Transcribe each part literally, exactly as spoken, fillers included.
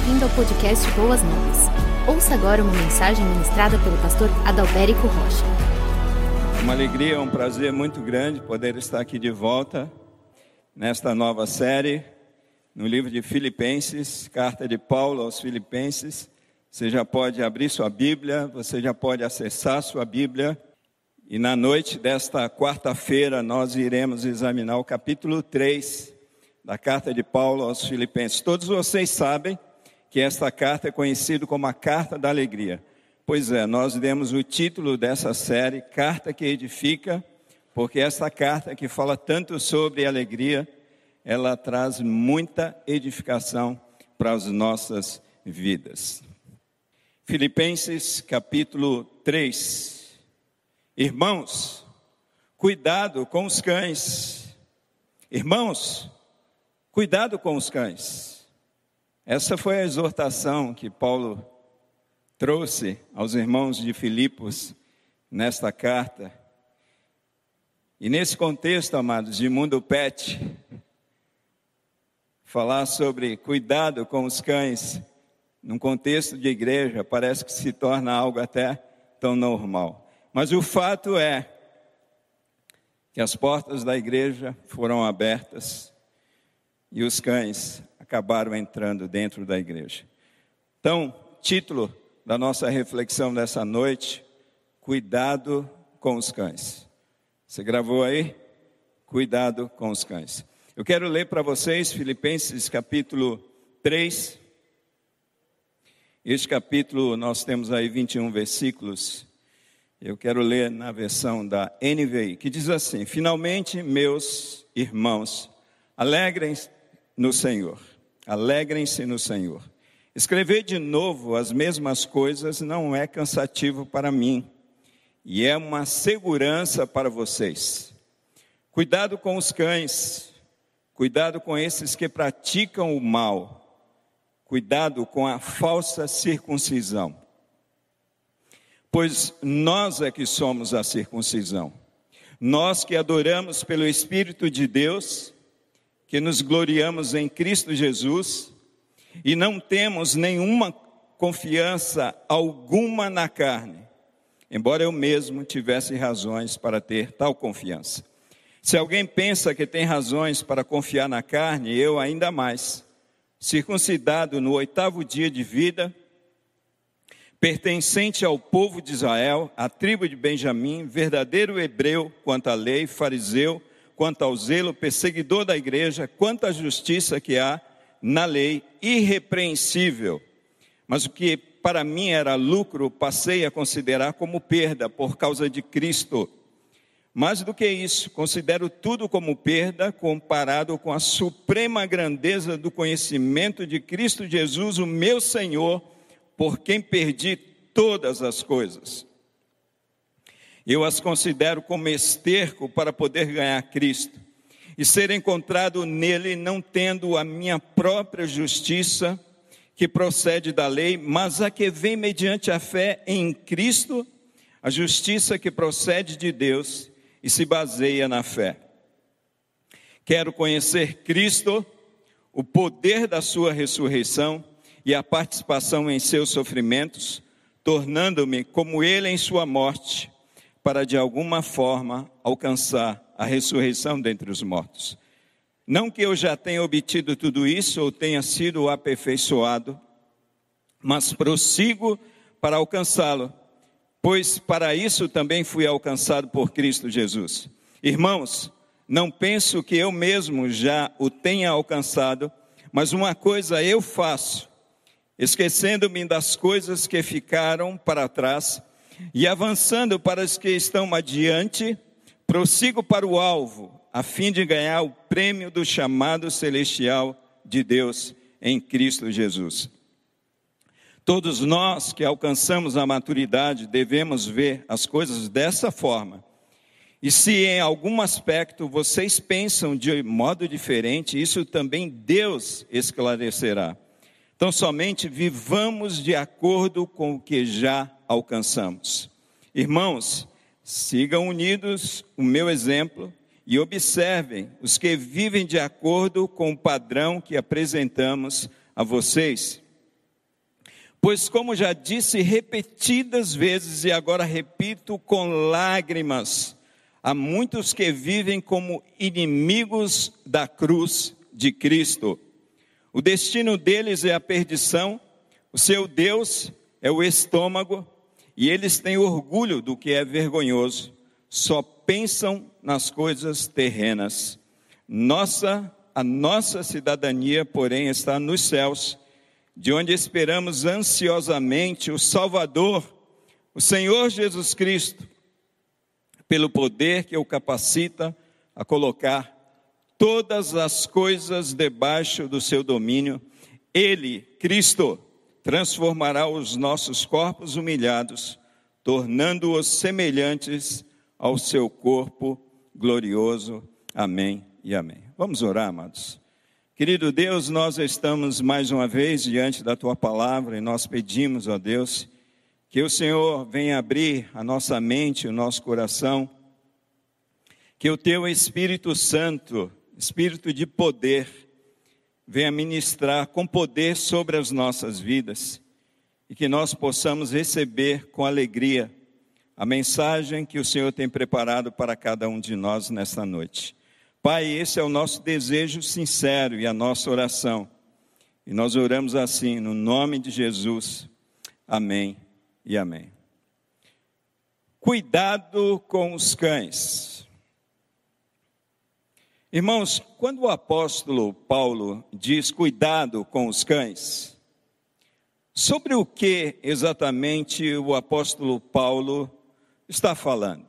bem-vindo ao podcast Boas Novas. Ouça agora uma mensagem ministrada pelo pastor Adalberico Rocha. Uma alegria, um prazer muito grande poder estar aqui de volta nesta nova série no livro de Filipenses, carta de Paulo aos Filipenses. Você já pode abrir sua Bíblia, você já pode acessar sua Bíblia. E na noite desta quarta-feira nós iremos examinar o capítulo três da carta de Paulo aos Filipenses. Todos vocês sabem que esta carta é conhecida como a Carta da Alegria. Pois é, nós demos o título dessa série, Carta que Edifica, porque essa carta que fala tanto sobre alegria, ela traz muita edificação para as nossas vidas. Filipenses capítulo três. Irmãos, cuidado com os cães. Irmãos, cuidado com os cães. Essa foi a exortação que Paulo trouxe aos irmãos de Filipos nesta carta. E nesse contexto, amados, de mundo pet, falar sobre cuidado com os cães, num contexto de igreja, parece que se torna algo até tão normal. Mas o fato é que as portas da igreja foram abertas e os cães acabaram entrando dentro da igreja. Então, título da nossa reflexão dessa noite, cuidado com os cães. Você gravou aí? Cuidado com os cães. Eu quero ler para vocês Filipenses capítulo três. Este capítulo nós temos aí vinte e um versículos. Eu quero ler na versão da N V I, que diz assim: finalmente, meus irmãos, alegrem-se no Senhor. Alegrem-se no Senhor. Escrever de novo as mesmas coisas não é cansativo para mim, e é uma segurança para vocês. Cuidado com os cães, cuidado com esses que praticam o mal, cuidado com a falsa circuncisão. Pois nós é que somos a circuncisão. Nós que adoramos pelo Espírito de Deus, que nos gloriamos em Cristo Jesus e não temos nenhuma confiança alguma na carne, embora eu mesmo tivesse razões para ter tal confiança. Se alguém pensa que tem razões para confiar na carne, eu ainda mais, circuncidado no oitavo dia de vida, pertencente ao povo de Israel, à tribo de Benjamim, verdadeiro hebreu quanto à lei, fariseu quanto ao zelo, perseguidor da igreja, quanto à justiça que há na lei, irrepreensível. Mas o que para mim era lucro, passei a considerar como perda por causa de Cristo. Mais do que isso, considero tudo como perda comparado com a suprema grandeza do conhecimento de Cristo Jesus, o meu Senhor, por quem perdi todas as coisas. Eu as considero como esterco para poder ganhar Cristo e ser encontrado nele, não tendo a minha própria justiça, que procede da lei, mas a que vem mediante a fé em Cristo, a justiça que procede de Deus e se baseia na fé. Quero conhecer Cristo, o poder da sua ressurreição e a participação em seus sofrimentos, tornando-me como ele em sua morte, para de alguma forma alcançar a ressurreição dentre os mortos. Não que eu já tenha obtido tudo isso ou tenha sido aperfeiçoado, mas prossigo para alcançá-lo, pois para isso também fui alcançado por Cristo Jesus. Irmãos, não penso que eu mesmo já o tenha alcançado, mas uma coisa eu faço, esquecendo-me das coisas que ficaram para trás e avançando para as que estão adiante, prossigo para o alvo, a fim de ganhar o prêmio do chamado celestial de Deus em Cristo Jesus. Todos nós que alcançamos a maturidade devemos ver as coisas dessa forma. E se em algum aspecto vocês pensam de modo diferente, isso também Deus esclarecerá. Então somente vivamos de acordo com o que já alcançamos. Irmãos, sigam unidos o meu exemplo e observem os que vivem de acordo com o padrão que apresentamos a vocês. Pois como já disse repetidas vezes, e agora repito com lágrimas, há muitos que vivem como inimigos da cruz de Cristo. O destino deles é a perdição, o seu Deus é o estômago, e eles têm orgulho do que é vergonhoso, só pensam nas coisas terrenas. Nossa, a nossa cidadania, porém, está nos céus, de onde esperamos ansiosamente o Salvador, o Senhor Jesus Cristo, pelo poder que o capacita a colocar todas as coisas debaixo do seu domínio. Ele, Cristo, transformará os nossos corpos humilhados, tornando-os semelhantes ao seu corpo glorioso. Amém e amém. Vamos orar, amados. Querido Deus, nós estamos mais uma vez diante da Tua palavra e nós pedimos, ó Deus, que o Senhor venha abrir a nossa mente, o nosso coração, que o Teu Espírito Santo, Espírito de poder, venha ministrar com poder sobre as nossas vidas e que nós possamos receber com alegria a mensagem que o Senhor tem preparado para cada um de nós nesta noite. Pai, esse é o nosso desejo sincero e a nossa oração. E nós oramos assim, no nome de Jesus. Amém e amém. Cuidado com os cães. Irmãos, quando o apóstolo Paulo diz cuidado com os cães, sobre o que exatamente o apóstolo Paulo está falando?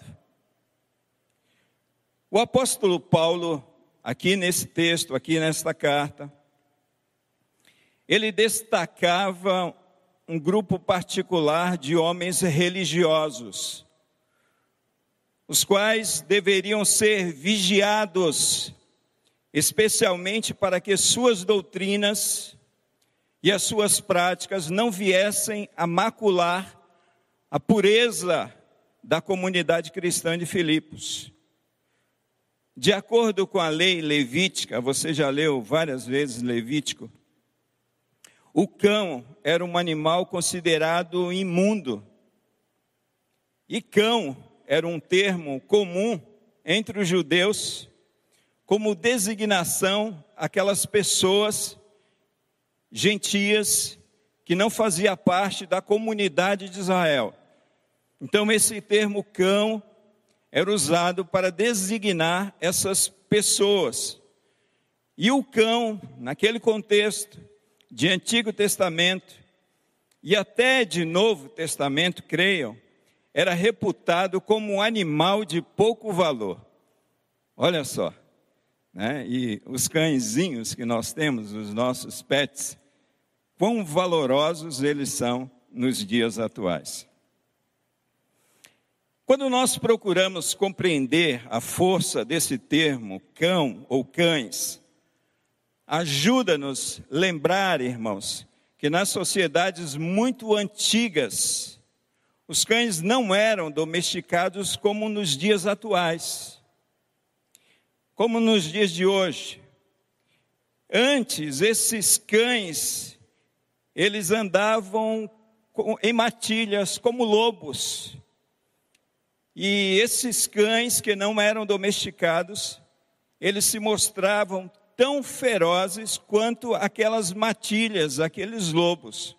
O apóstolo Paulo, aqui nesse texto, aqui nesta carta, ele destacava um grupo particular de homens religiosos, os quais deveriam ser vigiados, especialmente para que suas doutrinas e as suas práticas não viessem a macular a pureza da comunidade cristã de Filipos. De acordo com a lei levítica, você já leu várias vezes Levítico, o cão era um animal considerado imundo. E cão era um termo comum entre os judeus, como designação àquelas pessoas gentias que não faziam parte da comunidade de Israel. Então esse termo cão era usado para designar essas pessoas. E o cão, naquele contexto de Antigo Testamento e até de Novo Testamento, creiam, era reputado como um animal de pouco valor. Olha só, né? E os cãezinhos que nós temos, os nossos pets, quão valorosos eles são nos dias atuais. Quando nós procuramos compreender a força desse termo, cão ou cães, ajuda-nos a lembrar, irmãos, que nas sociedades muito antigas, os cães não eram domesticados como nos dias atuais, como nos dias de hoje. Antes, esses cães, eles andavam em matilhas como lobos. E esses cães que não eram domesticados, eles se mostravam tão ferozes quanto aquelas matilhas, aqueles lobos.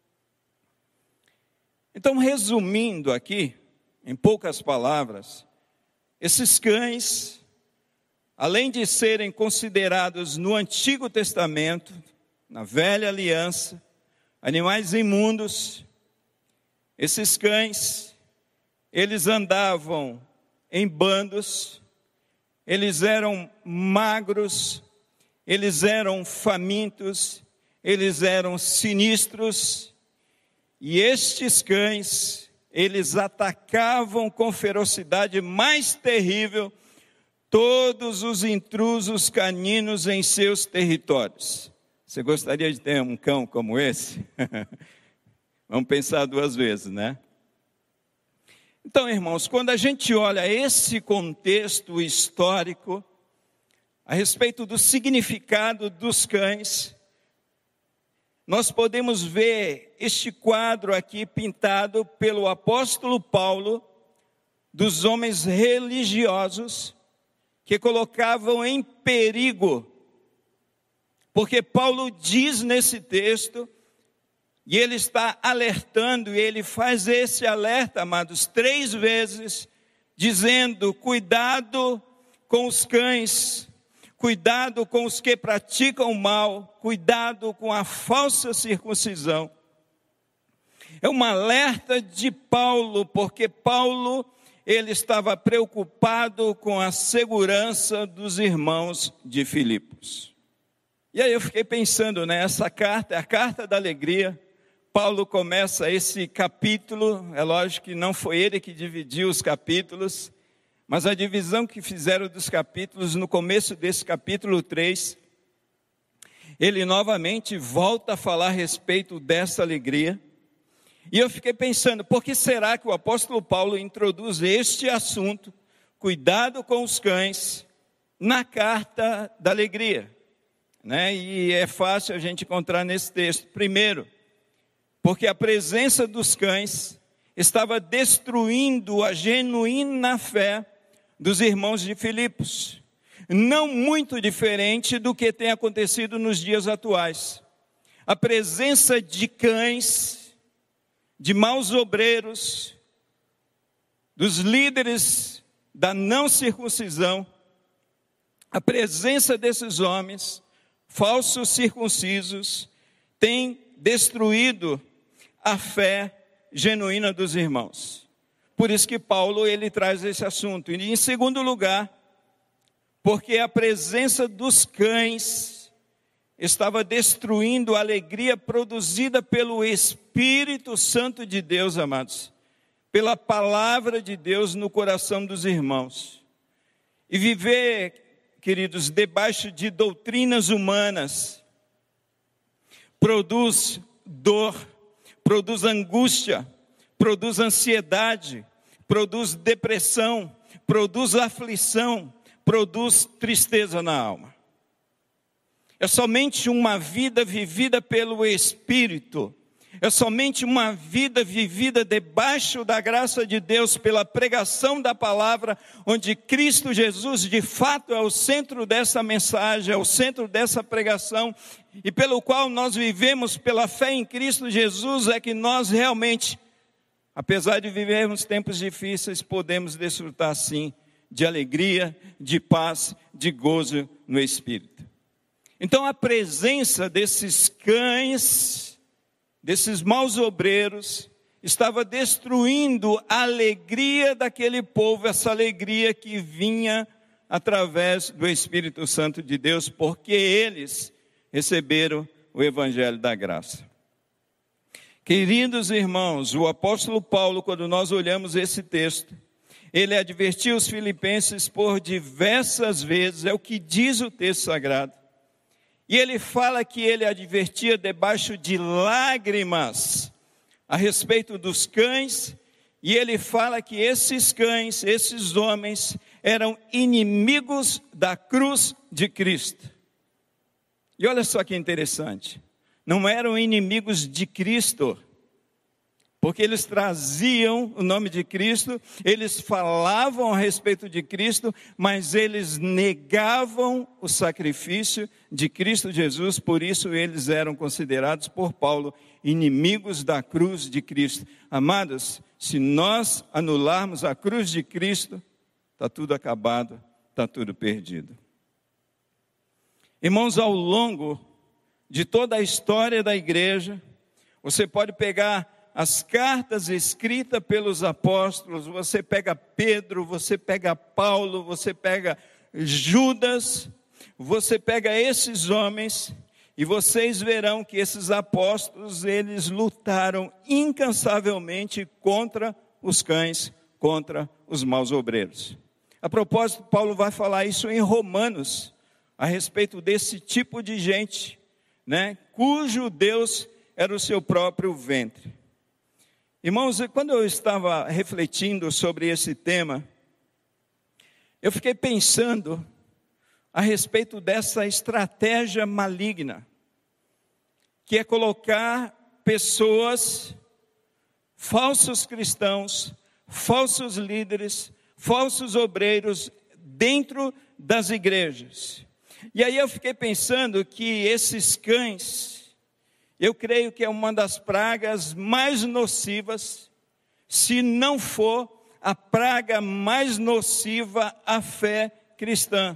Então, resumindo aqui, em poucas palavras, esses cães, além de serem considerados no Antigo Testamento, na Velha Aliança, animais imundos, esses cães, eles andavam em bandos, eles eram magros, eles eram famintos, eles eram sinistros, e estes cães, eles atacavam com ferocidade mais terrível todos os intrusos caninos em seus territórios. Você gostaria de ter um cão como esse? Vamos pensar duas vezes, né? Então, irmãos, quando a gente olha esse contexto histórico, a respeito do significado dos cães, nós podemos ver este quadro aqui pintado pelo apóstolo Paulo, dos homens religiosos que colocavam em perigo, porque Paulo diz nesse texto, e ele está alertando, e ele faz esse alerta, amados, três vezes, dizendo: cuidado com os cães, cuidado com os que praticam o mal, cuidado com a falsa circuncisão. É um alerta de Paulo, porque Paulo, ele estava preocupado com a segurança dos irmãos de Filipos. E aí eu fiquei pensando, né, essa carta é a carta da alegria. Paulo começa esse capítulo, é lógico que não foi ele que dividiu os capítulos, mas a divisão que fizeram dos capítulos, no começo desse capítulo três, ele novamente volta a falar a respeito dessa alegria. E eu fiquei pensando, por que será que o apóstolo Paulo introduz este assunto, cuidado com os cães, na carta da alegria? Né? E é fácil a gente encontrar nesse texto. Primeiro, porque a presença dos cães estava destruindo a genuína fé dos irmãos de Filipos. Não muito diferente do que tem acontecido nos dias atuais. A presença de cães, de maus obreiros, dos líderes da não circuncisão, a presença desses homens, falsos circuncisos, tem destruído a fé genuína dos irmãos. Por isso que Paulo, ele traz esse assunto. E em segundo lugar, porque a presença dos cães estava destruindo a alegria produzida pelo Espírito Santo de Deus, amados, pela palavra de Deus no coração dos irmãos. E viver, queridos, debaixo de doutrinas humanas, produz dor, produz angústia, produz ansiedade, produz depressão, produz aflição, produz tristeza na alma. É somente uma vida vivida pelo Espírito, é somente uma vida vivida debaixo da graça de Deus, pela pregação da palavra, onde Cristo Jesus de fato é o centro dessa mensagem, é o centro dessa pregação, e pelo qual nós vivemos pela fé em Cristo Jesus, é que nós realmente, apesar de vivermos tempos difíceis, podemos desfrutar sim de alegria, de paz, de gozo no Espírito. Então a presença desses cães, desses maus obreiros, estava destruindo a alegria daquele povo, essa alegria que vinha através do Espírito Santo de Deus, porque eles receberam o Evangelho da graça. Queridos irmãos, o apóstolo Paulo, quando nós olhamos esse texto, ele advertiu os filipenses por diversas vezes, é o que diz o texto sagrado. E ele fala que ele advertia debaixo de lágrimas a respeito dos cães, e ele fala que esses cães, esses homens, eram inimigos da cruz de Cristo. E olha só que interessante, não eram inimigos de Cristo, porque eles traziam o nome de Cristo, eles falavam a respeito de Cristo, mas eles negavam o sacrifício de Cristo Jesus, por isso eles eram considerados por Paulo inimigos da cruz de Cristo. Amados, se nós anularmos a cruz de Cristo, está tudo acabado, está tudo perdido. Irmãos, ao longo de toda a história da igreja, você pode pegar as cartas escritas pelos apóstolos, você pega Pedro, você pega Paulo, você pega Judas, você pega esses homens, e vocês verão que esses apóstolos, eles lutaram incansavelmente contra os cães, contra os maus obreiros. A propósito, Paulo vai falar isso em Romanos, a respeito desse tipo de gente, né, cujo Deus era o seu próprio ventre. Irmãos, quando eu estava refletindo sobre esse tema, eu fiquei pensando a respeito dessa estratégia maligna que é colocar pessoas, falsos cristãos, falsos líderes, falsos obreiros dentro das igrejas. E aí eu fiquei pensando que esses cães, eu creio que é uma das pragas mais nocivas, se não for a praga mais nociva à fé cristã.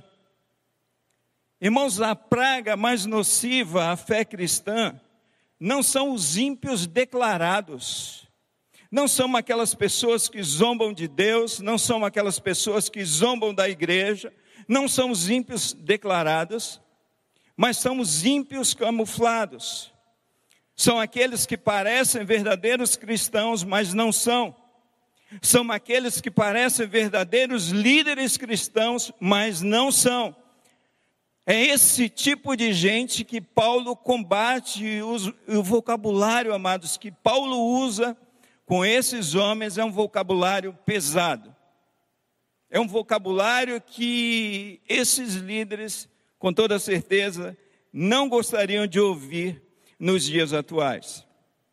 Irmãos, a praga mais nociva à fé cristã não são os ímpios declarados, não são aquelas pessoas que zombam de Deus, não são aquelas pessoas que zombam da igreja, não são os ímpios declarados, mas são os ímpios camuflados. São aqueles que parecem verdadeiros cristãos, mas não são. São aqueles que parecem verdadeiros líderes cristãos, mas não são. É esse tipo de gente que Paulo combate. O vocabulário, amados, que Paulo usa com esses homens é um vocabulário pesado. É um vocabulário que esses líderes, com toda certeza, não gostariam de ouvir nos dias atuais.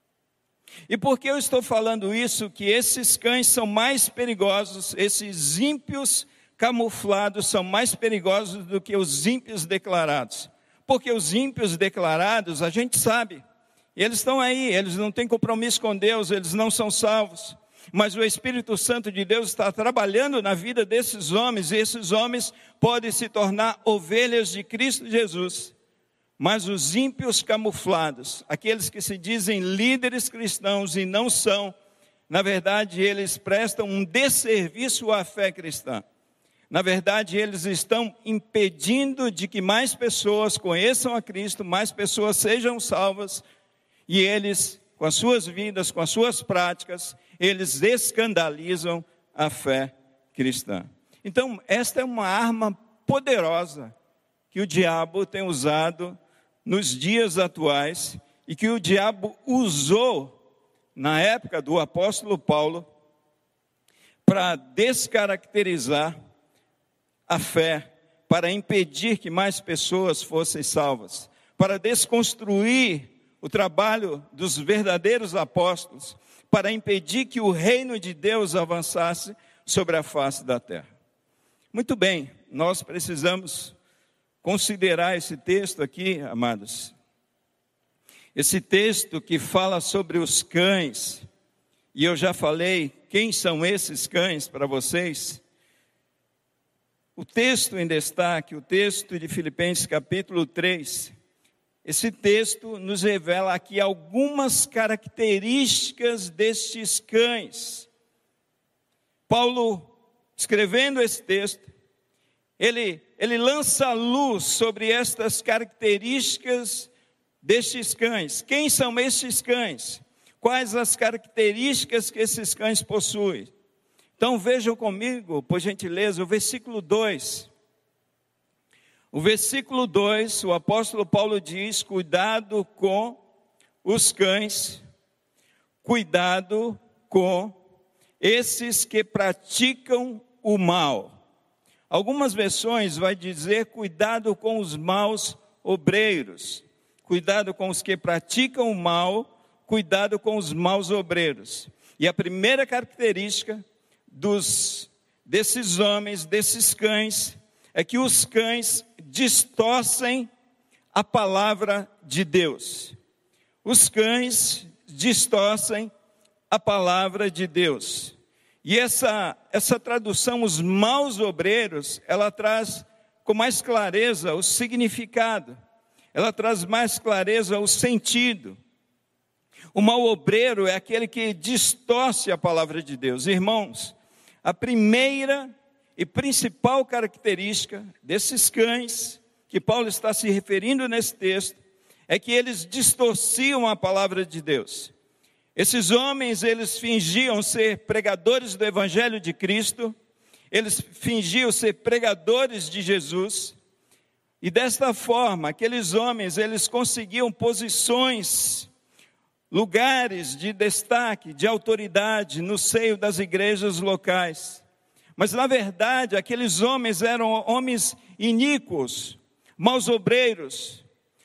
E por que eu estou falando isso? Que esses cães são mais perigosos, esses ímpios camuflados são mais perigosos do que os ímpios declarados. Porque os ímpios declarados, a gente sabe, eles estão aí, eles não têm compromisso com Deus, eles não são salvos. Mas o Espírito Santo de Deus está trabalhando na vida desses homens, e esses homens podem se tornar ovelhas de Cristo Jesus. Mas os ímpios camuflados, aqueles que se dizem líderes cristãos e não são, na verdade eles prestam um desserviço à fé cristã. Na verdade, eles estão impedindo de que mais pessoas conheçam a Cristo, mais pessoas sejam salvas, e eles, com as suas vidas, com as suas práticas, eles escandalizam a fé cristã. Então, esta é uma arma poderosa que o diabo tem usado nos dias atuais e que o diabo usou na época do apóstolo Paulo para descaracterizar a fé, para impedir que mais pessoas fossem salvas, para desconstruir o trabalho dos verdadeiros apóstolos, para impedir que o reino de Deus avançasse sobre a face da terra. Muito bem, nós precisamos considerar esse texto aqui, amados. Esse texto que fala sobre os cães, e eu já falei quem são esses cães para vocês. O texto em destaque, o texto de Filipenses capítulo três, esse texto nos revela aqui algumas características destes cães. Paulo, escrevendo esse texto, ele, ele lança luz sobre estas características destes cães. Quem são estes cães? Quais as características que esses cães possuem? Então vejam comigo, por gentileza, o versículo dois. O versículo dois, o apóstolo Paulo diz: cuidado com os cães, cuidado com esses que praticam o mal. Algumas versões vai dizer: cuidado com os maus obreiros. Cuidado com os que praticam o mal, cuidado com os maus obreiros. E a primeira característica dos, desses homens, desses cães, é que os cães distorcem a palavra de Deus. Os cães distorcem a palavra de Deus. E essa, essa tradução, os maus obreiros, ela traz com mais clareza o significado. Ela traz mais clareza o sentido. O mau obreiro é aquele que distorce a palavra de Deus. Irmãos, a primeira e principal característica desses cães, que Paulo está se referindo nesse texto, é que eles distorciam a palavra de Deus. Esses homens, eles fingiam ser pregadores do Evangelho de Cristo, eles fingiam ser pregadores de Jesus, e desta forma, aqueles homens, eles conseguiam posições, lugares de destaque, de autoridade no seio das igrejas locais. Mas na verdade, aqueles homens eram homens iníquos, maus obreiros,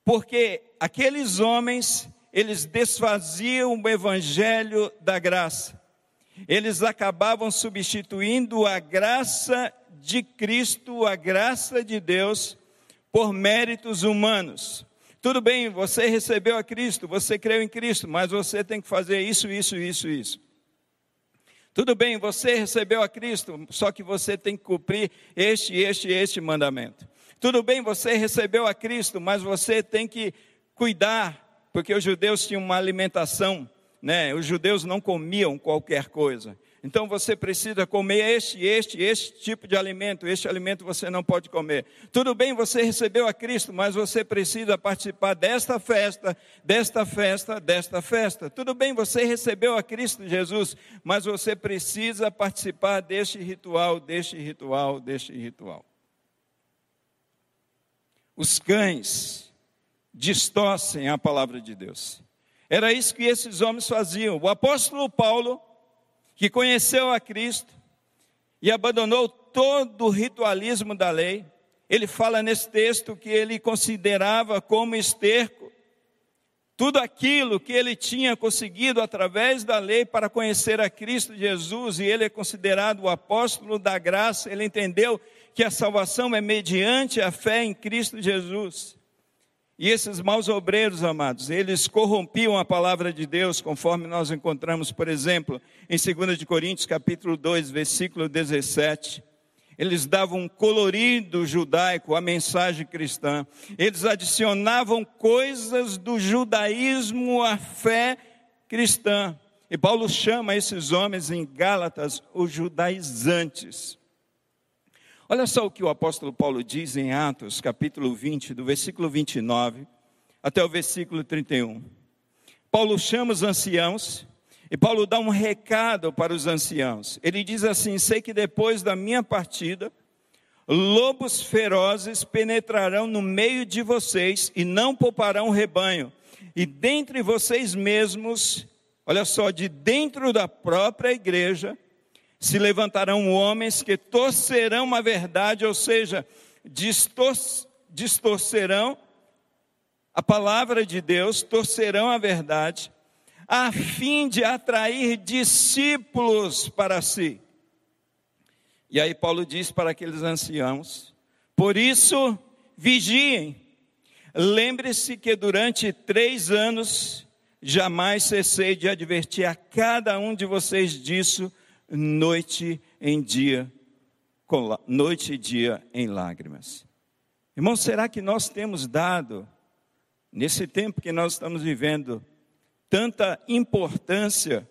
porque aqueles homens, eles desfaziam o evangelho da graça. Eles acabavam substituindo a graça de Cristo, a graça de Deus, por méritos humanos. Tudo bem, você recebeu a Cristo, você creu em Cristo, mas você tem que fazer isso, isso, isso, isso. Tudo bem, você recebeu a Cristo, só que você tem que cumprir este, este, este mandamento. Tudo bem, você recebeu a Cristo, mas você tem que cuidar, porque os judeus tinham uma alimentação, né? Os judeus não comiam qualquer coisa. Então você precisa comer este, este, este tipo de alimento. Este alimento você não pode comer. Tudo bem, você recebeu a Cristo, mas você precisa participar desta festa, desta festa, desta festa. Tudo bem, você recebeu a Cristo Jesus, mas você precisa participar deste ritual, deste ritual, deste ritual. Os cães distorcem a palavra de Deus. Era isso que esses homens faziam. O apóstolo Paulo, que conheceu a Cristo e abandonou todo o ritualismo da lei, ele fala nesse texto que ele considerava como esterco tudo aquilo que ele tinha conseguido através da lei para conhecer a Cristo Jesus, e ele é considerado o apóstolo da graça. Ele entendeu que a salvação é mediante a fé em Cristo Jesus. E esses maus obreiros, amados, eles corrompiam a palavra de Deus, conforme nós encontramos, por exemplo, em dois de Coríntios, capítulo dois, versículo dezessete. Eles davam um colorido judaico à mensagem cristã. Eles adicionavam coisas do judaísmo à fé cristã. E Paulo chama esses homens em Gálatas os judaizantes. Olha só o que o apóstolo Paulo diz em Atos, capítulo vinte, do versículo vinte e nove até o versículo trinta e um. Paulo chama os anciãos e Paulo dá um recado para os anciãos. Ele diz assim: sei que depois da minha partida, lobos ferozes penetrarão no meio de vocês e não pouparão o rebanho. E dentre vocês mesmos, olha só, de dentro da própria igreja, se levantarão homens que torcerão a verdade, ou seja, distor- distorcerão a palavra de Deus, torcerão a verdade, a fim de atrair discípulos para si. E aí Paulo diz para aqueles anciãos: por isso, vigiem, lembre-se que durante três anos, jamais cessei de advertir a cada um de vocês disso, noite em dia, noite e dia em lágrimas. Irmãos, será que nós temos dado, nesse tempo que nós estamos vivendo, tanta importância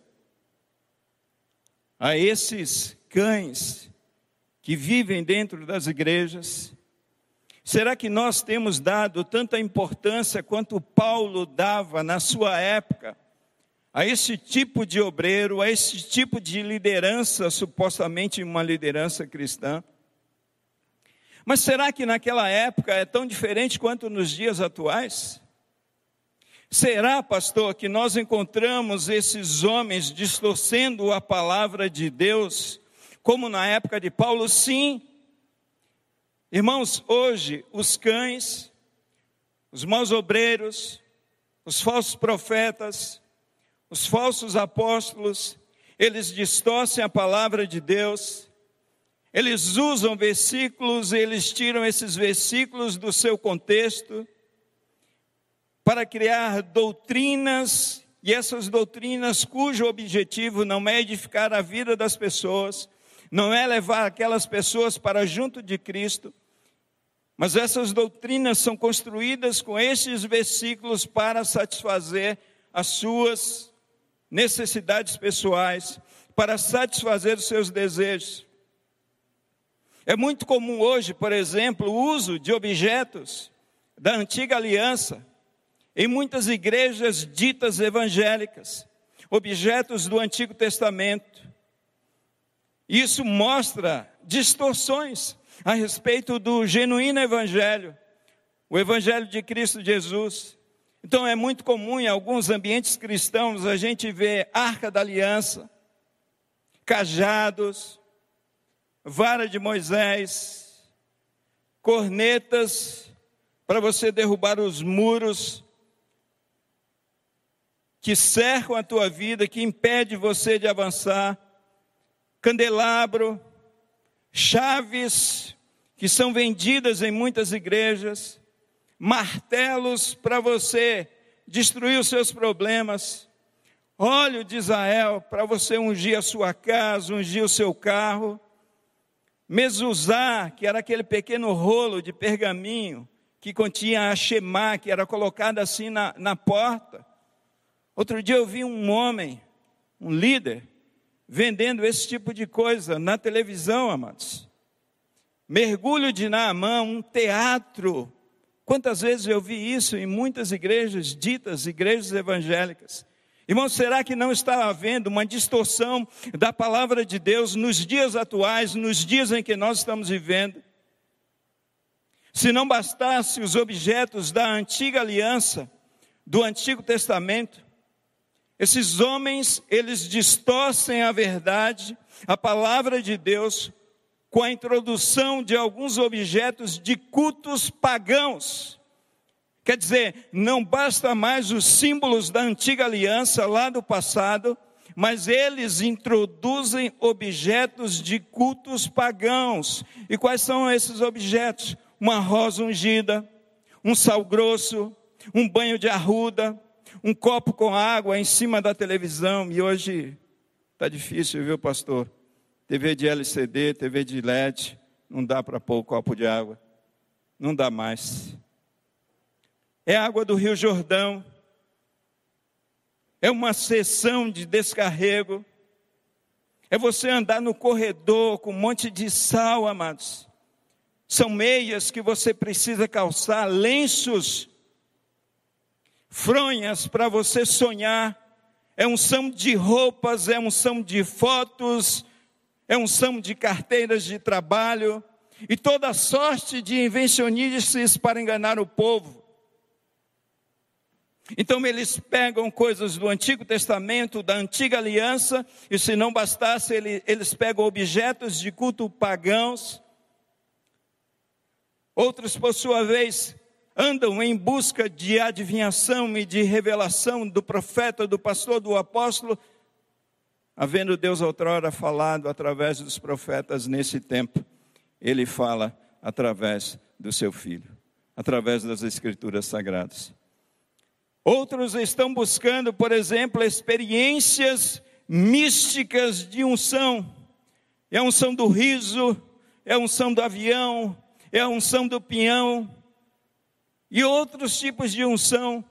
a esses cães que vivem dentro das igrejas? Será que nós temos dado tanta importância quanto Paulo dava na sua época a esse tipo de obreiro, a esse tipo de liderança, supostamente uma liderança cristã? Mas será que naquela época é tão diferente quanto nos dias atuais? Será, pastor, que nós encontramos esses homens distorcendo a palavra de Deus, como na época de Paulo? Sim. Irmãos, hoje os cães, os maus obreiros, os falsos profetas, os falsos apóstolos, eles distorcem a palavra de Deus, eles usam versículos, eles tiram esses versículos do seu contexto para criar doutrinas, e essas doutrinas cujo objetivo não é edificar a vida das pessoas, não é levar aquelas pessoas para junto de Cristo, mas essas doutrinas são construídas com esses versículos para satisfazer as suas necessidades pessoais, para satisfazer os seus desejos. É muito comum hoje, por exemplo, o uso de objetos da antiga aliança em muitas igrejas ditas evangélicas, objetos do Antigo Testamento. Isso mostra distorções a respeito do genuíno evangelho, o evangelho de Cristo Jesus. Então é muito comum em alguns ambientes cristãos a gente ver arca da aliança, cajados, vara de Moisés, cornetas, para você derrubar os muros que cercam a tua vida, que impede você de avançar. Candelabro, chaves que são vendidas em muitas igrejas, martelos para você destruir os seus problemas, óleo de Israel para você ungir a sua casa, ungir o seu carro, mezuzá, que era aquele pequeno rolo de pergaminho que continha a shemá, que era colocado assim na, na porta. Outro dia eu vi um homem, um líder, vendendo esse tipo de coisa na televisão, amados. Mergulho de Naamã, um teatro. Quantas vezes eu vi isso em muitas igrejas ditas, igrejas evangélicas. Irmão, será que não está havendo uma distorção da palavra de Deus nos dias atuais, nos dias em que nós estamos vivendo? Se não bastasse os objetos da antiga aliança, do Antigo Testamento, esses homens, eles distorcem a verdade, a palavra de Deus, com a introdução de alguns objetos de cultos pagãos. Quer dizer, não basta mais os símbolos da antiga aliança lá do passado, mas eles introduzem objetos de cultos pagãos. E quais são esses objetos? Uma rosa ungida, um sal grosso, um banho de arruda, um copo com água em cima da televisão. E hoje está difícil, viu, pastor? T V de L C D, T V de L E D, não dá para pôr o copo de água. Não dá mais. É água do Rio Jordão. É uma sessão de descarrego. É você andar no corredor com um monte de sal, amados. São meias que você precisa calçar, lenços, fronhas para você sonhar. É unção de roupas, é unção de fotos, é unção de carteiras de trabalho e toda sorte de invencionices para enganar o povo. Então eles pegam coisas do Antigo Testamento, da Antiga Aliança, e se não bastasse, eles pegam objetos de culto pagãos. Outros, por sua vez, andam em busca de adivinhação e de revelação do profeta, do pastor, do apóstolo, havendo Deus outrora falado através dos profetas nesse tempo, Ele fala através do seu Filho, através das Escrituras Sagradas. Outros estão buscando, por exemplo, experiências místicas de unção. É a unção do riso, é a unção do avião, é a unção do pinhão e outros tipos de unção.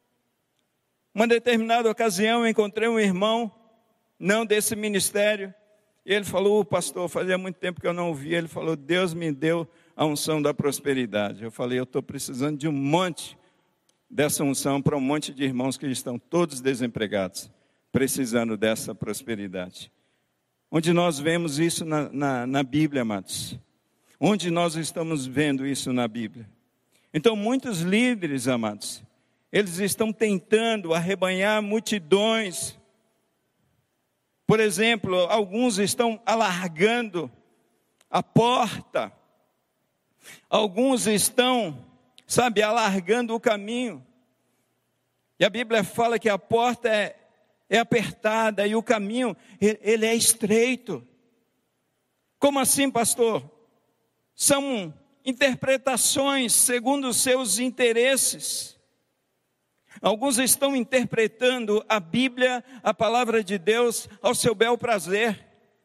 Uma determinada ocasião eu encontrei um irmão, não desse ministério, e ele falou: pastor, fazia muito tempo que eu não ouvia. Ele falou: Deus me deu a unção da prosperidade. Eu falei: eu estou precisando de um monte dessa unção para um monte de irmãos que estão todos desempregados, precisando dessa prosperidade. Onde nós vemos isso na, na, na Bíblia, amados? Onde nós estamos vendo isso na Bíblia? Então, muitos líderes, amados, eles estão tentando arrebanhar multidões. Por exemplo, alguns estão alargando a porta. Alguns estão, sabe, alargando o caminho. E a Bíblia fala que a porta é, é apertada e o caminho, ele é estreito. Como assim, pastor? São interpretações segundo os seus interesses. Alguns estão interpretando a Bíblia, a palavra de Deus, ao seu bel prazer.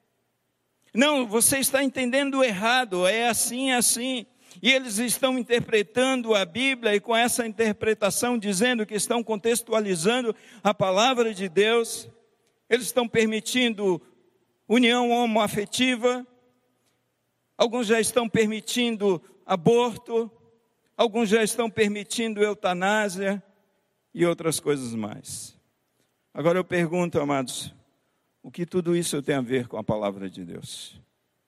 Não, você está entendendo errado, é assim, é assim. E eles estão interpretando a Bíblia e com essa interpretação dizendo que estão contextualizando a palavra de Deus. Eles estão permitindo união homoafetiva. Alguns já estão permitindo aborto. Alguns já estão permitindo eutanásia e outras coisas mais. Agora eu pergunto, amados, o que tudo isso tem a ver com a palavra de Deus?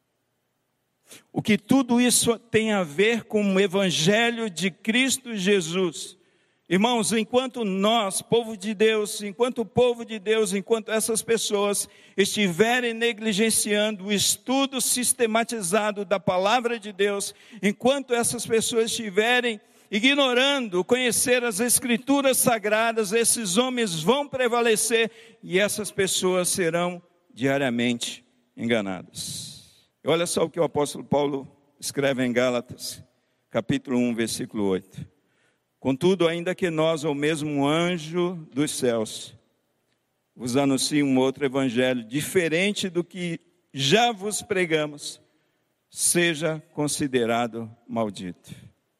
O que tudo isso tem a ver com o Evangelho de Cristo Jesus? Irmãos, enquanto nós, povo de Deus, enquanto o povo de Deus, enquanto essas pessoas estiverem negligenciando o estudo sistematizado da palavra de Deus, enquanto essas pessoas estiverem ignorando conhecer as escrituras sagradas, esses homens vão prevalecer e essas pessoas serão diariamente enganadas. E olha só o que o apóstolo Paulo escreve em Gálatas, capítulo um, versículo oito. Contudo, ainda que nós, ou mesmo um anjo dos céus, vos anuncie um outro evangelho, diferente do que já vos pregamos, seja considerado maldito.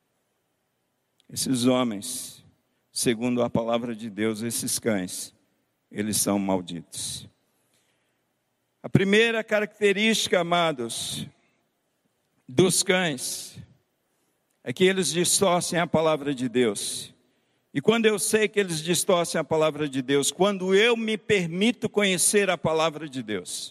Esses homens, segundo a palavra de Deus, esses cães, eles são malditos. A primeira característica, amados, dos cães, é que eles distorcem a palavra de Deus. E quando eu sei que eles distorcem a palavra de Deus, quando eu me permito conhecer a palavra de Deus.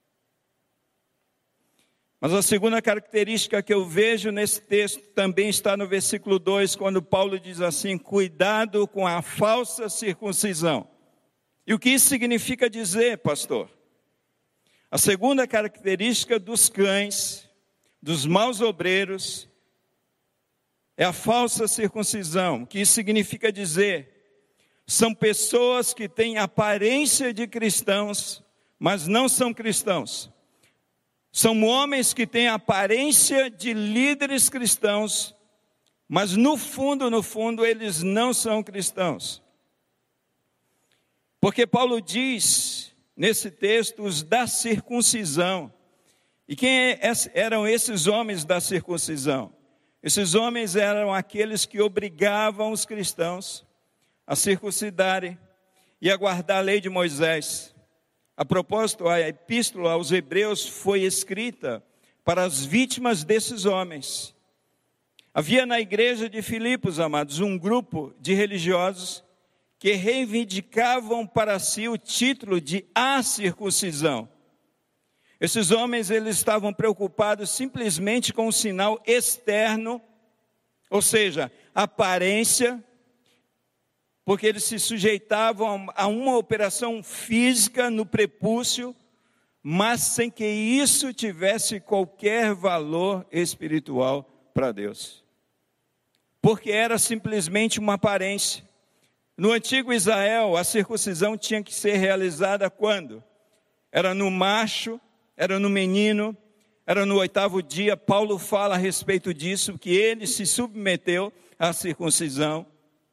Mas a segunda característica que eu vejo nesse texto também está no versículo dois, quando Paulo diz assim: cuidado com a falsa circuncisão. E o que isso significa dizer, pastor? A segunda característica dos cães, dos maus obreiros, é a falsa circuncisão. O que isso significa dizer? São pessoas que têm aparência de cristãos, mas não são cristãos. São homens que têm aparência de líderes cristãos, mas no fundo, no fundo, eles não são cristãos. Porque Paulo diz, nesse texto, os da circuncisão. E quem eram esses homens da circuncisão? Esses homens eram aqueles que obrigavam os cristãos a circuncidarem e a guardar a lei de Moisés. A propósito, a epístola aos Hebreus foi escrita para as vítimas desses homens. Havia na igreja de Filipos, amados, um grupo de religiosos que reivindicavam para si o título de acircuncisão. Esses homens, eles estavam preocupados simplesmente com o sinal externo, ou seja, aparência, porque eles se sujeitavam a uma operação física no prepúcio, mas sem que isso tivesse qualquer valor espiritual para Deus. Porque era simplesmente uma aparência. No antigo Israel, a circuncisão tinha que ser realizada quando? Era no macho, era no menino, era no oitavo dia. Paulo fala a respeito disso, que ele se submeteu à circuncisão.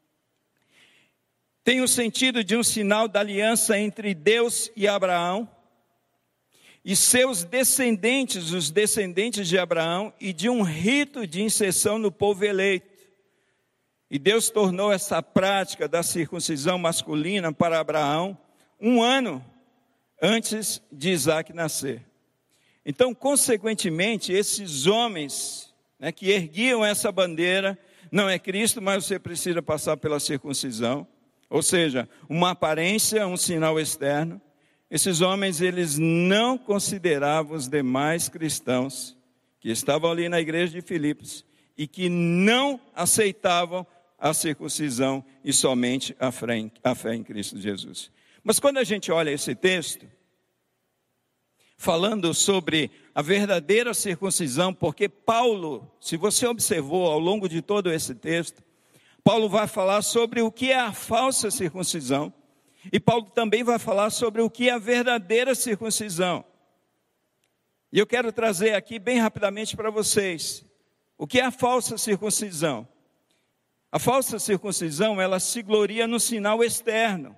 Tem o sentido de um sinal da aliança entre Deus e Abraão, e seus descendentes, os descendentes de Abraão, e de um rito de inserção no povo eleito. E Deus tornou essa prática da circuncisão masculina para Abraão um ano antes de Isaac nascer. Então, consequentemente, esses homens, né, que erguiam essa bandeira, não é Cristo, mas você precisa passar pela circuncisão. Ou seja, uma aparência, um sinal externo. Esses homens, eles não consideravam os demais cristãos que estavam ali na igreja de Filipos e que não aceitavam a circuncisão e somente a fé em, a fé em Cristo Jesus. Mas quando a gente olha esse texto, falando sobre a verdadeira circuncisão, porque Paulo, se você observou ao longo de todo esse texto, Paulo vai falar sobre o que é a falsa circuncisão. E Paulo também vai falar sobre o que é a verdadeira circuncisão. E eu quero trazer aqui bem rapidamente para vocês o que é a falsa circuncisão. A falsa circuncisão, ela se gloria no sinal externo.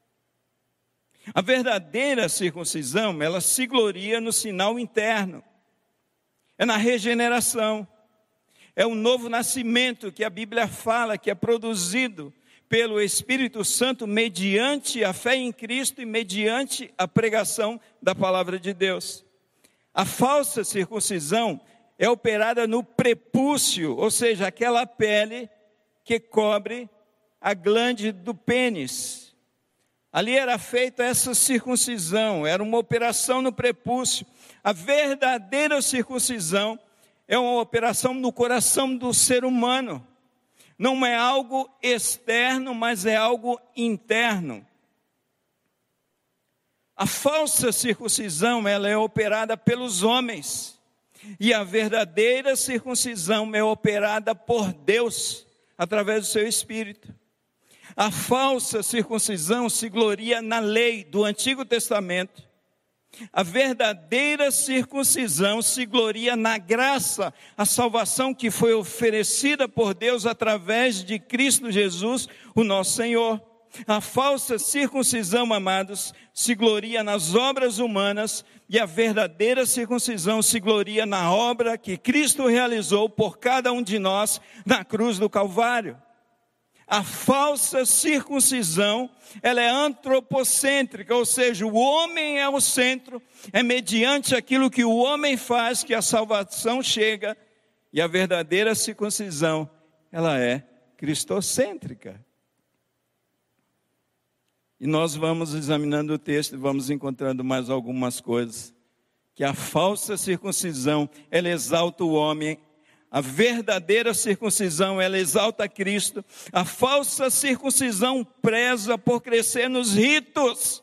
A verdadeira circuncisão, ela se gloria no sinal interno. É na regeneração. É o novo nascimento que a Bíblia fala, que é produzido pelo Espírito Santo mediante a fé em Cristo e mediante a pregação da palavra de Deus. A falsa circuncisão é operada no prepúcio, ou seja, aquela pele que cobre a glande do pênis. Ali era feita essa circuncisão, era uma operação no prepúcio. A verdadeira circuncisão é uma operação no coração do ser humano. Não é algo externo, mas é algo interno. A falsa circuncisão, ela é operada pelos homens. E a verdadeira circuncisão é operada por Deus, através do seu Espírito. A falsa circuncisão se gloria na lei do Antigo Testamento. A verdadeira circuncisão se gloria na graça, a salvação que foi oferecida por Deus através de Cristo Jesus, o nosso Senhor. A falsa circuncisão, amados, se gloria nas obras humanas, e a verdadeira circuncisão se gloria na obra que Cristo realizou por cada um de nós na cruz do Calvário. A falsa circuncisão, ela é antropocêntrica, ou seja, o homem é o centro, é mediante aquilo que o homem faz que a salvação chega, e a verdadeira circuncisão, ela é cristocêntrica. E nós vamos examinando o texto e vamos encontrando mais algumas coisas. Que a falsa circuncisão, ela exalta o homem. A verdadeira circuncisão, ela exalta Cristo. A falsa circuncisão preza por crescer nos ritos.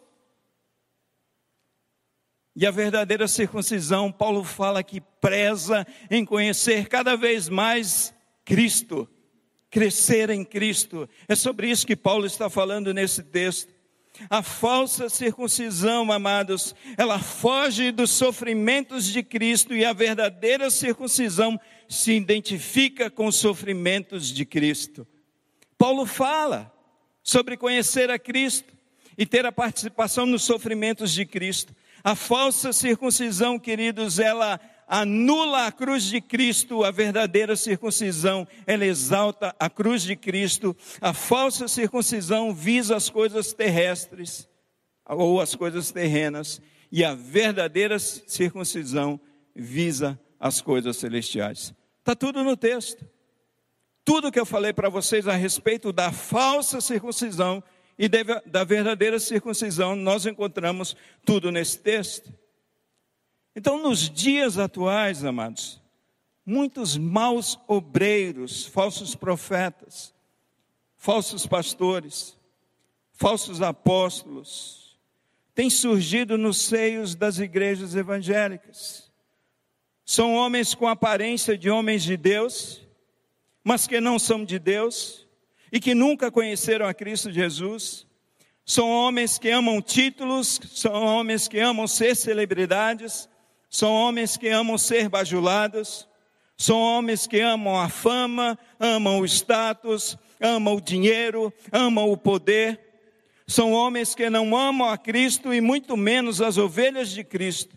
E a verdadeira circuncisão, Paulo fala que preza em conhecer cada vez mais Cristo. Crescer em Cristo. É sobre isso que Paulo está falando nesse texto. A falsa circuncisão, amados, ela foge dos sofrimentos de Cristo, e a verdadeira circuncisão se identifica com os sofrimentos de Cristo. Paulo fala sobre conhecer a Cristo e ter a participação nos sofrimentos de Cristo. A falsa circuncisão, queridos, ela anula a cruz de Cristo. A verdadeira circuncisão, ela exalta a cruz de Cristo. A falsa circuncisão visa as coisas terrestres ou as coisas terrenas, e a verdadeira circuncisão visa as coisas celestiais. Está tudo no texto. Tudo que eu falei para vocês a respeito da falsa circuncisão e da verdadeira circuncisão, nós encontramos tudo nesse texto. Então, nos dias atuais, amados, muitos maus obreiros, falsos profetas, falsos pastores, falsos apóstolos, têm surgido nos seios das igrejas evangélicas. São homens com aparência de homens de Deus, mas que não são de Deus e que nunca conheceram a Cristo Jesus. São homens que amam títulos, são homens que amam ser celebridades, são homens que amam ser bajulados, são homens que amam a fama, amam o status, amam o dinheiro, amam o poder. São homens que não amam a Cristo e muito menos as ovelhas de Cristo.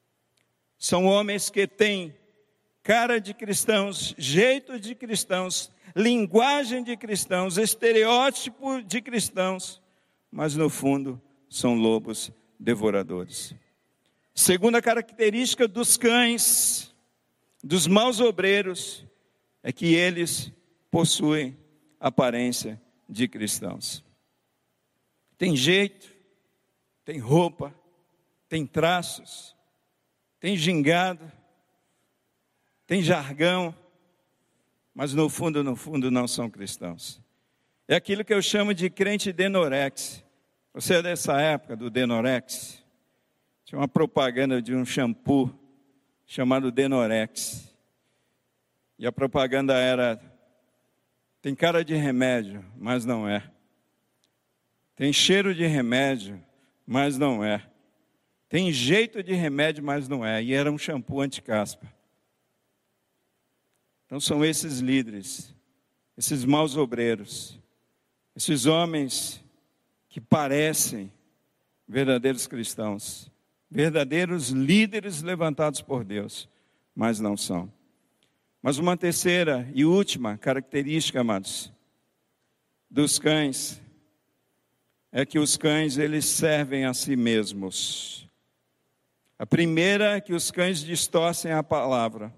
São homens que têm cara de cristãos, jeito de cristãos, linguagem de cristãos, estereótipo de cristãos, mas no fundo são lobos devoradores. Segunda característica dos cães, dos maus obreiros, é que eles possuem aparência de cristãos. Tem jeito, tem roupa, tem traços, tem gingado, tem jargão, mas no fundo, no fundo não são cristãos. É aquilo que eu chamo de crente Denorex. Você é dessa época do Denorex? Tinha uma propaganda de um shampoo chamado Denorex. E a propaganda era: tem cara de remédio, mas não é. Tem cheiro de remédio, mas não é. Tem jeito de remédio, mas não é. E era um shampoo anti-caspa. Então são esses líderes, esses maus obreiros, esses homens que parecem verdadeiros cristãos, verdadeiros líderes levantados por Deus, mas não são. Mas uma terceira e última característica, amados, dos cães, é que os cães, eles servem a si mesmos. A primeira é que os cães distorcem a palavra.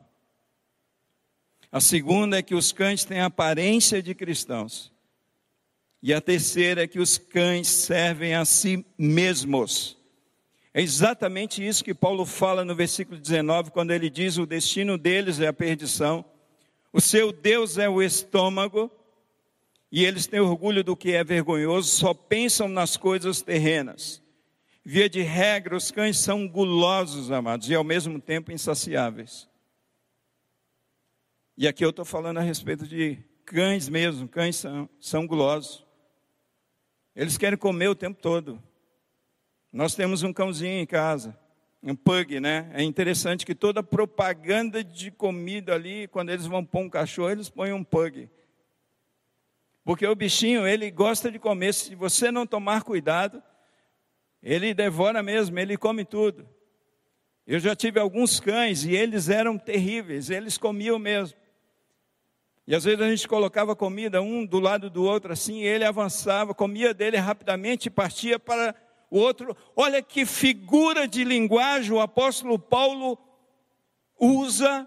A segunda é que os cães têm a aparência de cristãos. E a terceira é que os cães servem a si mesmos. É exatamente isso que Paulo fala no versículo dezenove, quando ele diz: o destino deles é a perdição, o seu Deus é o estômago, e eles têm orgulho do que é vergonhoso, só pensam nas coisas terrenas. Via de regra, os cães são gulosos, amados, e ao mesmo tempo insaciáveis. E aqui eu estou falando a respeito de cães mesmo, cães são, são gulosos. Eles querem comer o tempo todo. Nós temos um cãozinho em casa, um pug, né? É interessante que toda propaganda de comida ali, quando eles vão pôr um cachorro, eles põem um pug. Porque o bichinho, ele gosta de comer. Se você não tomar cuidado, ele devora mesmo, ele come tudo. Eu já tive alguns cães e eles eram terríveis, eles comiam mesmo. E às vezes a gente colocava comida um do lado do outro assim, e ele avançava, comia dele rapidamente e partia para o outro. Olha que figura de linguagem o apóstolo Paulo usa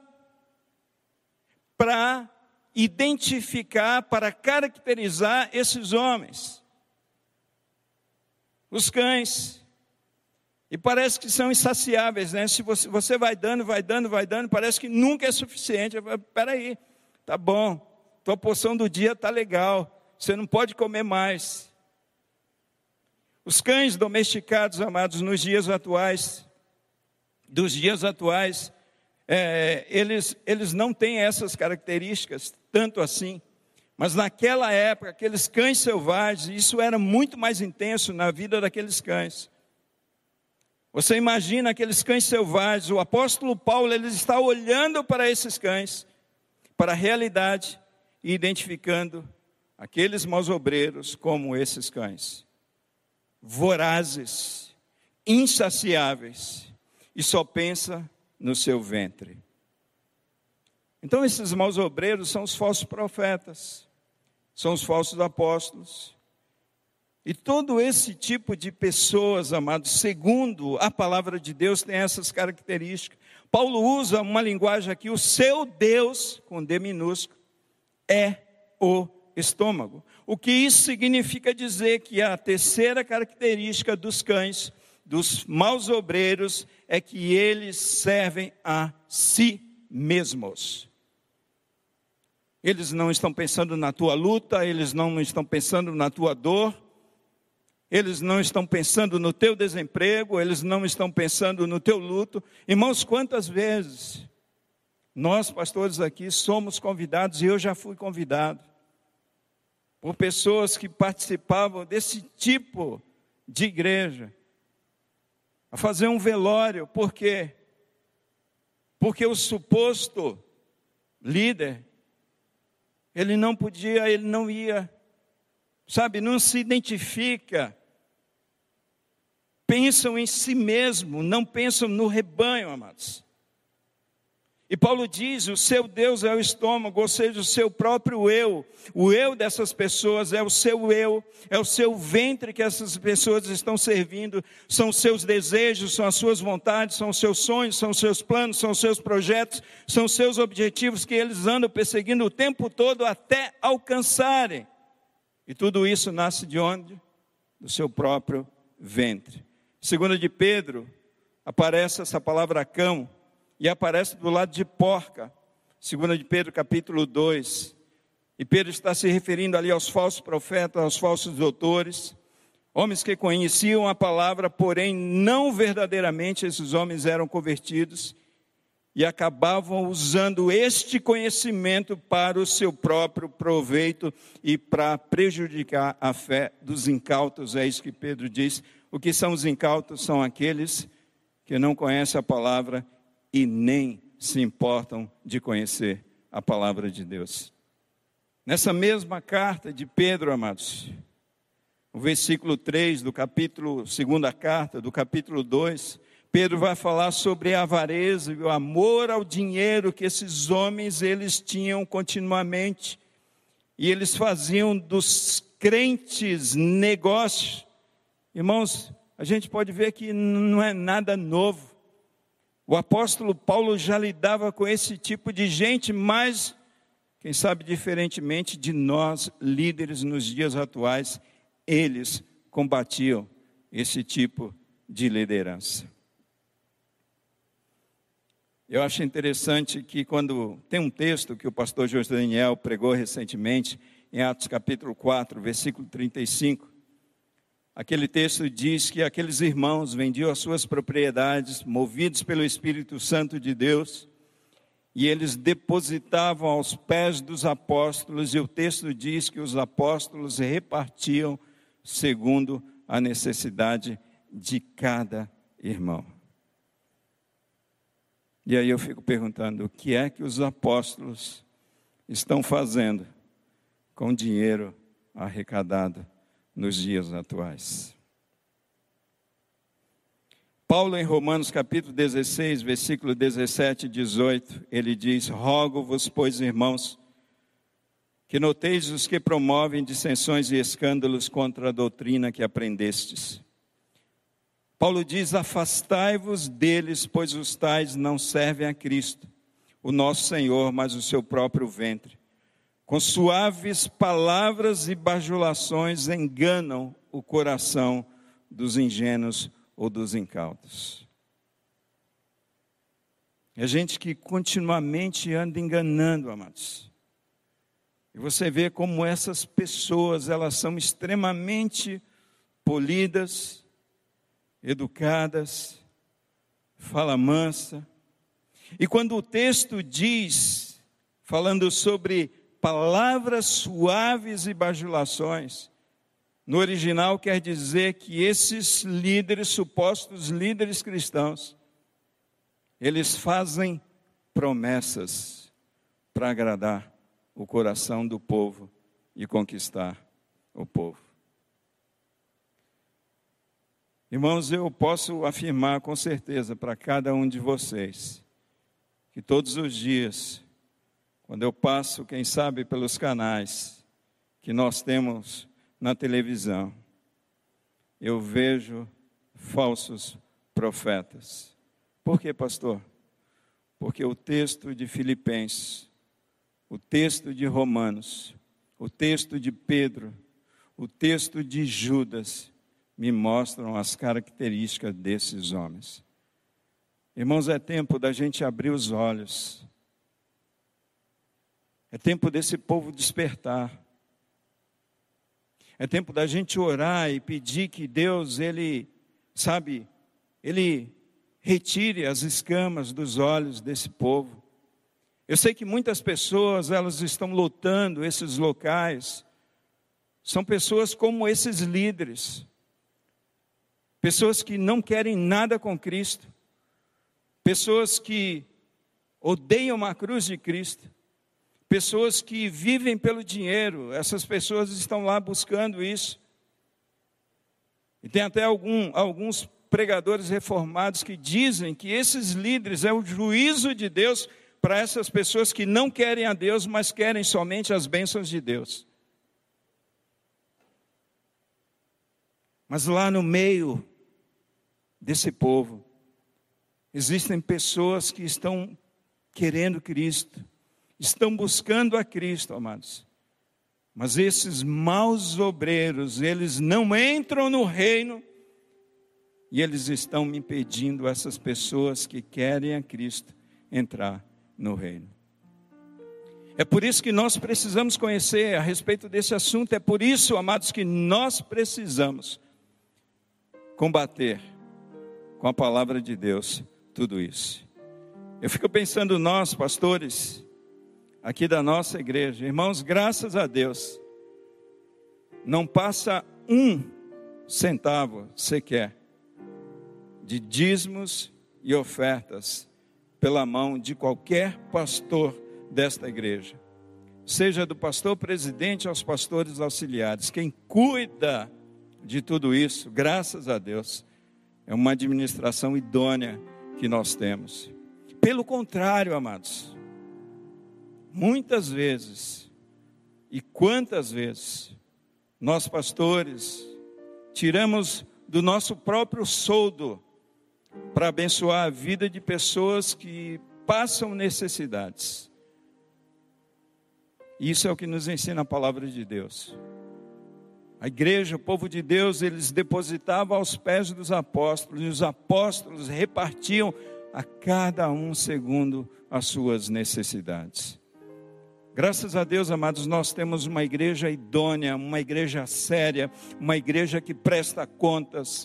para identificar, para caracterizar esses homens. Os cães. E parece que são insaciáveis, né? Se você, você vai dando, vai dando, vai dando, parece que nunca é suficiente. Espera aí, tá bom, tua porção do dia tá legal, você não pode comer mais. Os cães domesticados, amados, nos dias atuais, dos dias atuais, é, eles, eles não têm essas características, tanto assim. Mas naquela época, aqueles cães selvagens, isso era muito mais intenso na vida daqueles cães. Você imagina aqueles cães selvagens, o apóstolo Paulo, ele está olhando para esses cães, para a realidade, e identificando aqueles maus obreiros como esses cães. Vorazes, insaciáveis, e só pensa no seu ventre. Então esses maus obreiros são os falsos profetas, são os falsos apóstolos. E todo esse tipo de pessoas, amados, segundo a palavra de Deus, tem essas características. Paulo usa uma linguagem aqui, o seu Deus, com D minúsculo, é o estômago. O que isso significa dizer que a terceira característica dos cães, dos maus obreiros, é que eles servem a si mesmos. Eles não estão pensando na tua luta, eles não estão pensando na tua dor, eles não estão pensando no teu desemprego, eles não estão pensando no teu luto. Irmãos, quantas vezes nós, pastores aqui, somos convidados, e eu já fui convidado, por pessoas que participavam desse tipo de igreja, a fazer um velório. Por quê? Porque o suposto líder, ele não podia, ele não ia, sabe, não se identifica. Pensam em si mesmo, não pensam no rebanho, amados. E Paulo diz, o seu Deus é o estômago, ou seja, o seu próprio eu. O eu dessas pessoas é o seu eu, é o seu ventre que essas pessoas estão servindo. São os seus desejos, são as suas vontades, são os seus sonhos, são os seus planos, são os seus projetos, são os seus objetivos que eles andam perseguindo o tempo todo até alcançarem. E tudo isso nasce de onde? Do seu próprio ventre. Segunda de Pedro, aparece essa palavra cão, e aparece do lado de porca. Segunda de Pedro, capítulo dois. E Pedro está se referindo ali aos falsos profetas, aos falsos doutores, homens que conheciam a palavra, porém não verdadeiramente esses homens eram convertidos, e acabavam usando este conhecimento para o seu próprio proveito e para prejudicar a fé dos incautos. É isso que Pedro diz. O que são os incautos? São aqueles que não conhecem a palavra e nem se importam de conhecer a palavra de Deus. Nessa mesma carta de Pedro, amados, o versículo três do capítulo, segunda carta, do capítulo dois, Pedro vai falar sobre a avareza e o amor ao dinheiro que esses homens, eles tinham continuamente. E eles faziam dos crentes negócios. Irmãos, a gente pode ver que não é nada novo. O apóstolo Paulo já lidava com esse tipo de gente, mas, quem sabe diferentemente de nós, líderes nos dias atuais, eles combatiam esse tipo de liderança. Eu acho interessante que quando tem um texto que o pastor José Daniel pregou recentemente, em Atos capítulo quatro, versículo trinta e cinco, aquele texto diz que aqueles irmãos vendiam as suas propriedades, movidos pelo Espírito Santo de Deus, e eles depositavam aos pés dos apóstolos, e o texto diz que os apóstolos repartiam segundo a necessidade de cada irmão. E aí eu fico perguntando, o que é que os apóstolos estão fazendo com o dinheiro arrecadado nos dias atuais? Paulo, em Romanos capítulo dezesseis, versículo dezessete e dezoito, ele diz: rogo-vos, pois, irmãos, que noteis os que promovem dissensões e escândalos contra a doutrina que aprendestes. Paulo diz: afastai-vos deles, pois os tais não servem a Cristo, o nosso Senhor, mas o seu próprio ventre. Com suaves palavras e bajulações enganam o coração dos ingênuos ou dos incautos. É gente que continuamente anda enganando, amados. E você vê como essas pessoas, elas são extremamente polidas, educadas, fala mansa. E quando o texto diz, falando sobre palavras suaves e bajulações, no original quer dizer que esses líderes, supostos líderes cristãos, eles fazem promessas para agradar o coração do povo e conquistar o povo. Irmãos, eu posso afirmar com certeza para cada um de vocês, que todos os dias, quando eu passo, quem sabe, pelos canais que nós temos na televisão, eu vejo falsos profetas. Por quê, pastor? Porque o texto de Filipenses, o texto de Romanos, o texto de Pedro, o texto de Judas, me mostram as características desses homens. Irmãos, é tempo da gente abrir os olhos. É tempo desse povo despertar. É tempo da gente orar e pedir que Deus, Ele, sabe, Ele retire as escamas dos olhos desse povo. Eu sei que muitas pessoas, elas estão lotando esses locais. São pessoas como esses líderes. Pessoas que não querem nada com Cristo. Pessoas que odeiam a cruz de Cristo. Pessoas que vivem pelo dinheiro, essas pessoas estão lá buscando isso. E tem até algum, alguns pregadores reformados que dizem que esses líderes é o juízo de Deus para essas pessoas que não querem a Deus, mas querem somente as bênçãos de Deus. Mas lá no meio desse povo, existem pessoas que estão querendo Cristo, estão buscando a Cristo, amados. Mas esses maus obreiros, eles não entram no reino e eles estão me impedindo essas pessoas que querem a Cristo entrar no reino. É por isso que nós precisamos conhecer a respeito desse assunto. É por isso, amados, que nós precisamos combater com a palavra de Deus tudo isso. Eu fico pensando, nós, pastores, aqui da nossa igreja, irmãos, graças a Deus, não passa um centavo sequer de dízimos e ofertas pela mão de qualquer pastor desta igreja, seja do pastor presidente aos pastores auxiliares. Quem cuida de tudo isso, graças a Deus, é uma administração idônea que nós temos. Pelo contrário, amados, muitas vezes, e quantas vezes, nós pastores tiramos do nosso próprio soldo para abençoar a vida de pessoas que passam necessidades. Isso é o que nos ensina a palavra de Deus. A igreja, o povo de Deus, eles depositavam aos pés dos apóstolos, e os apóstolos repartiam a cada um segundo as suas necessidades. Graças a Deus, amados, nós temos uma igreja idônea, uma igreja séria, uma igreja que presta contas,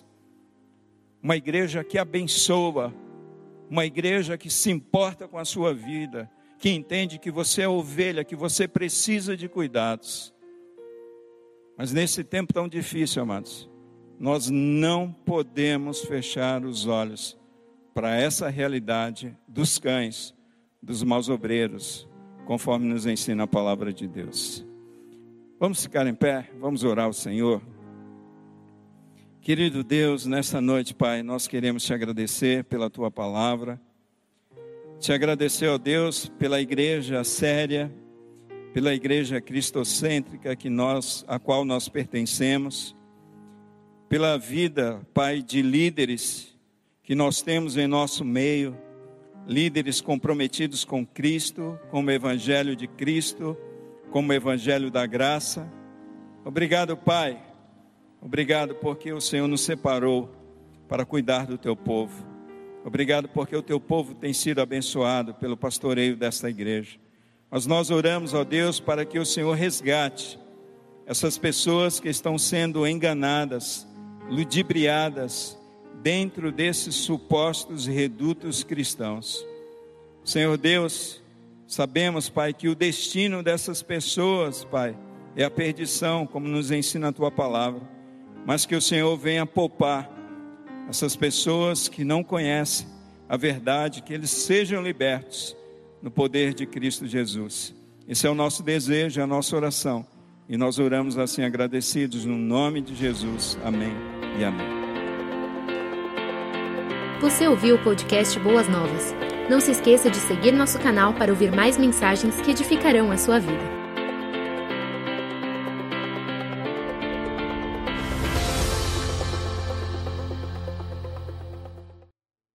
uma igreja que abençoa, uma igreja que se importa com a sua vida, que entende que você é ovelha, que você precisa de cuidados. Mas nesse tempo tão difícil, amados, nós não podemos fechar os olhos para essa realidade dos cães, dos maus obreiros, conforme nos ensina a palavra de Deus. Vamos ficar em pé, vamos orar ao Senhor. Querido Deus, nessa noite, Pai, nós queremos te agradecer pela tua palavra, te agradecer, ó Deus, pela igreja séria, pela igreja cristocêntrica que nós, a qual nós pertencemos, pela vida, Pai, de líderes que nós temos em nosso meio, líderes comprometidos com Cristo, com o Evangelho de Cristo, com o Evangelho da graça. Obrigado, Pai, obrigado porque o Senhor nos separou para cuidar do teu povo. Obrigado porque o teu povo tem sido abençoado pelo pastoreio desta igreja. Mas nós oramos, ó Deus, para que o Senhor resgate essas pessoas que estão sendo enganadas, ludibriadas dentro desses supostos redutos cristãos. Senhor Deus, sabemos, Pai, que o destino dessas pessoas, Pai, é a perdição, como nos ensina a tua palavra, mas que o Senhor venha poupar essas pessoas que não conhecem a verdade, que eles sejam libertos no poder de Cristo Jesus. Esse é o nosso desejo, é a nossa oração, e nós oramos assim agradecidos no nome de Jesus, amém e amém. Você ouviu o podcast Boas Novas? Não se esqueça de seguir nosso canal para ouvir mais mensagens que edificarão a sua vida.